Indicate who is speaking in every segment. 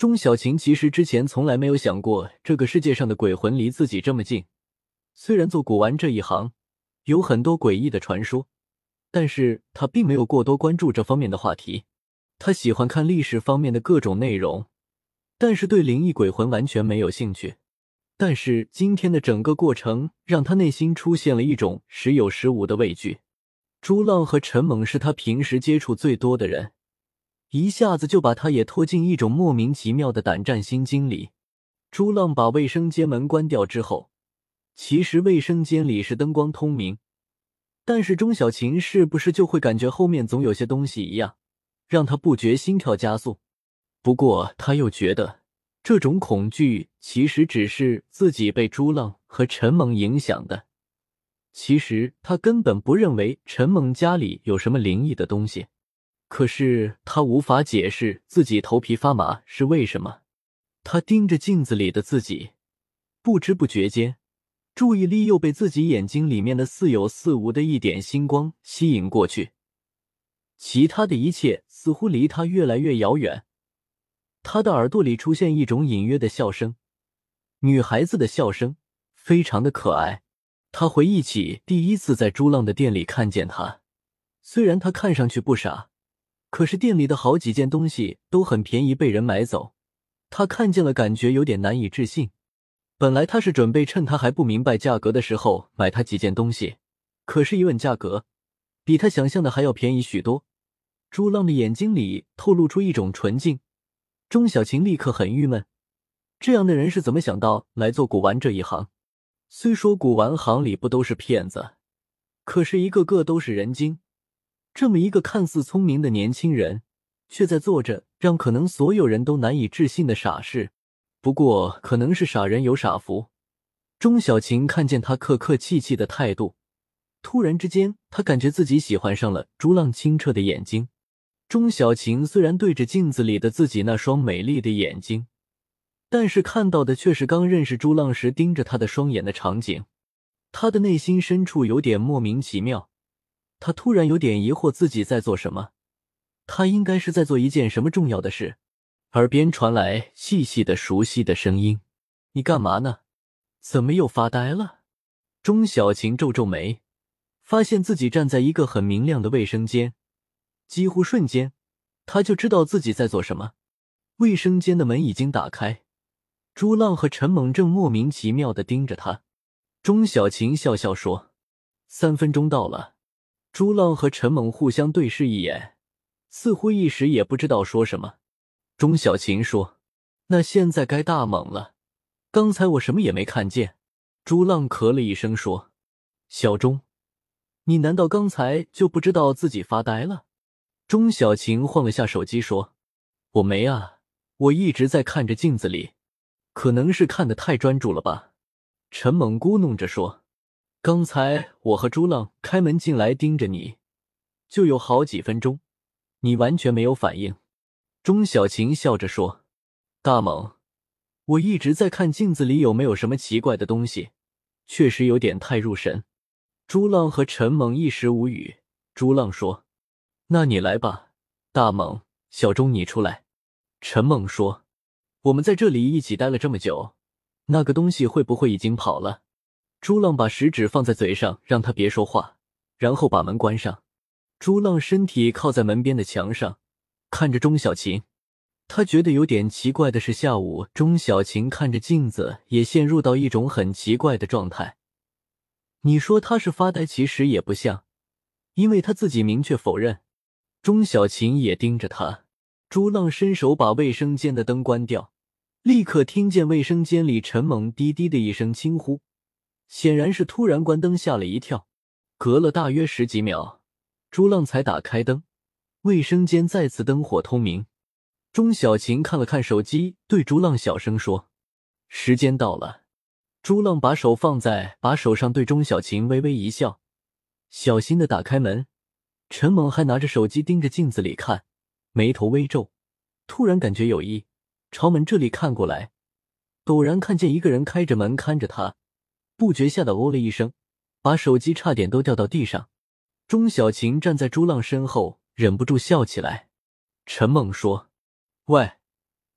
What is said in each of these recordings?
Speaker 1: 钟小晴其实之前从来没有想过这个世界上的鬼魂离自己这么近，虽然做古玩这一行有很多诡异的传说，但是他并没有过多关注这方面的话题。他喜欢看历史方面的各种内容，但是对灵异鬼魂完全没有兴趣。但是今天的整个过程让他内心出现了一种时有时无的畏惧。朱浪和陈猛是他平时接触最多的人，一下子就把他也拖进一种莫名其妙的胆战心惊里。朱浪把卫生间门关掉之后，其实卫生间里是灯光通明，但是钟小晴是不是就会感觉后面总有些东西一样，让他不觉心跳加速。不过他又觉得这种恐惧其实只是自己被朱浪和陈猛影响的，其实他根本不认为陈猛家里有什么灵异的东西。可是他无法解释自己头皮发麻是为什么。他盯着镜子里的自己，不知不觉间注意力又被自己眼睛里面的似有似无的一点星光吸引过去，其他的一切似乎离他越来越遥远。他的耳朵里出现一种隐约的笑声，女孩子的笑声，非常的可爱。他回忆起第一次在朱浪的店里看见他，虽然他看上去不傻，可是店里的好几件东西都很便宜被人买走，他看见了感觉有点难以置信。本来他是准备趁他还不明白价格的时候买他几件东西，可是一问价格，比他想象的还要便宜许多。朱浪的眼睛里透露出一种纯净，钟小晴立刻很郁闷，这样的人是怎么想到来做古玩这一行？虽说古玩行里不都是骗子，可是一个个都是人精。这么一个看似聪明的年轻人，却在做着让可能所有人都难以置信的傻事。不过可能是傻人有傻福，钟小晴看见他客客气气的态度，突然之间他感觉自己喜欢上了朱浪清澈的眼睛。钟小晴虽然对着镜子里的自己那双美丽的眼睛，但是看到的却是刚认识朱浪时盯着他的双眼的场景。他的内心深处有点莫名其妙，他突然有点疑惑自己在做什么，他应该是在做一件什么重要的事。耳边传来细细的熟悉的声音：你干嘛呢？怎么又发呆了？钟小晴皱皱眉，发现自己站在一个很明亮的卫生间，几乎瞬间他就知道自己在做什么。卫生间的门已经打开，朱浪和陈猛正莫名其妙地盯着他。钟小晴笑笑说：“3分钟到了。”朱浪和陈猛互相对视一眼，似乎一时也不知道说什么。钟小晴说：“那现在该大猛了，刚才我什么也没看见。”朱浪咳了一声说：“小钟，你难道刚才就不知道自己发呆了？”钟小晴晃了下手机说：“我没啊，我一直在看着镜子里，可能是看得太专注了吧。”陈猛咕哝着说：“刚才我和朱浪开门进来盯着你，就有好几分钟，你完全没有反应。”钟小晴笑着说：“大猛，我一直在看镜子里有没有什么奇怪的东西，确实有点太入神。”朱浪和陈猛一时无语。朱浪说：“那你来吧，大猛，小钟你出来。”陈猛说：“我们在这里一起待了这么久，那个东西会不会已经跑了？”朱浪把食指放在嘴上，让他别说话，然后把门关上。朱浪身体靠在门边的墙上，看着钟小晴。他觉得有点奇怪的是，下午钟小晴看着镜子也陷入到一种很奇怪的状态。你说他是发呆，其实也不像，因为他自己明确否认。钟小晴也盯着他。朱浪伸手把卫生间的灯关掉，立刻听见卫生间里陈猛低低的一声轻呼，显然是突然关灯吓了一跳。隔了大约10几秒，朱浪才打开灯，卫生间再次灯火通明。钟小晴看了看手机，对朱浪小声说：“时间到了。”朱浪把手放在把手上，对钟小晴微微一笑，小心地打开门。陈猛还拿着手机盯着镜子里看，眉头微皱，突然感觉有异，朝门这里看过来，陡然看见一个人开着门看着他，不觉吓得哦了一声，把手机差点都掉到地上。钟小晴站在朱浪身后，忍不住笑起来。陈猛说：“喂，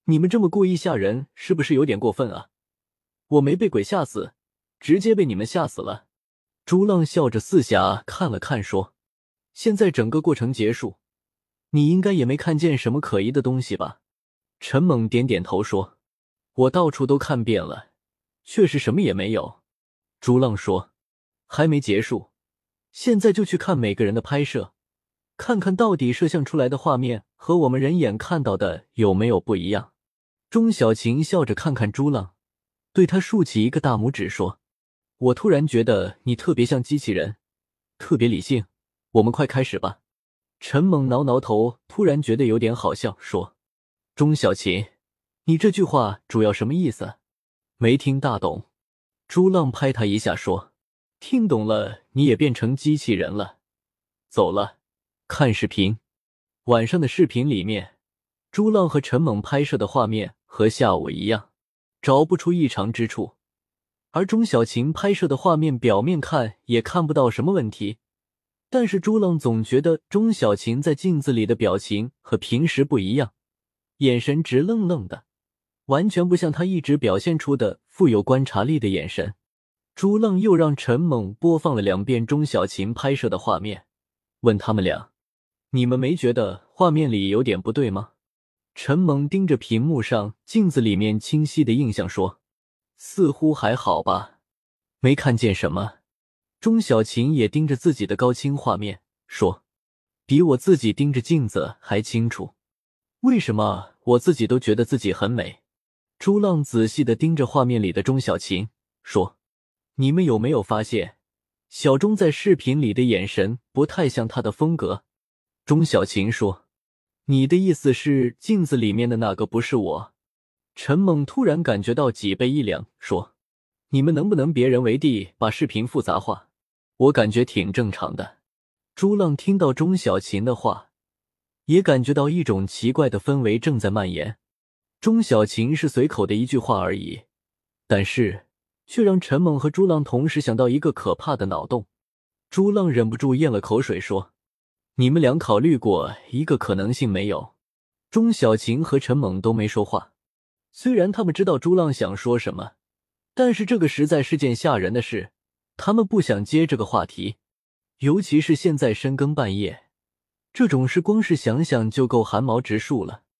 Speaker 1: 你们这么故意吓人，是不是有点过分啊？我没被鬼吓死，直接被你们吓死了。朱浪笑着四下看了看说，现在整个过程结束，你应该也没看见什么可疑的东西吧？陈猛点点头说，我到处都看遍了，确实什么也没有。朱浪说，还没结束，现在就去看每个人的拍摄，看看到底摄像出来的画面和我们人眼看到的有没有不一样。钟小晴笑着看看朱浪，对他竖起一个大拇指说，我突然觉得你特别像机器人，特别理性，我们快开始吧。陈猛挠挠头，突然觉得有点好笑，说，钟小晴，你这句话主要什么意思？没听大懂。朱浪拍他一下说，听懂了，你也变成机器人了。走了，看视频。晚上的视频里面，朱浪和陈猛拍摄的画面和下午一样，找不出异常之处，而钟小晴拍摄的画面表面看也看不到什么问题，但是朱浪总觉得钟小晴在镜子里的表情和平时不一样，眼神直愣愣的，完全不像他一直表现出的富有观察力的眼神。朱浪又让陈猛播放了2遍钟小晴拍摄的画面，问他们俩，你们没觉得画面里有点不对吗？陈猛盯着屏幕上镜子里面清晰的印象说，似乎还好吧，没看见什么。钟小晴也盯着自己的高清画面说，比我自己盯着镜子还清楚，为什么我自己都觉得自己很美？朱浪仔细地盯着画面里的钟小晴说，你们有没有发现小钟在视频里的眼神不太像他的风格？钟小晴说，你的意思是镜子里面的那个不是我？陈猛突然感觉到脊背一凉，说，你们能不能别人为地把视频复杂化？我感觉挺正常的。朱浪听到钟小晴的话，也感觉到一种奇怪的氛围正在蔓延。钟小晴是随口的一句话而已，但是却让陈猛和朱浪同时想到一个可怕的脑洞。朱浪忍不住咽了口水说，你们俩考虑过一个可能性没有？钟小晴和陈猛都没说话，虽然他们知道朱浪想说什么，但是这个实在是件吓人的事，他们不想接这个话题，尤其是现在深更半夜，这种事光是想想就够寒毛直竖了。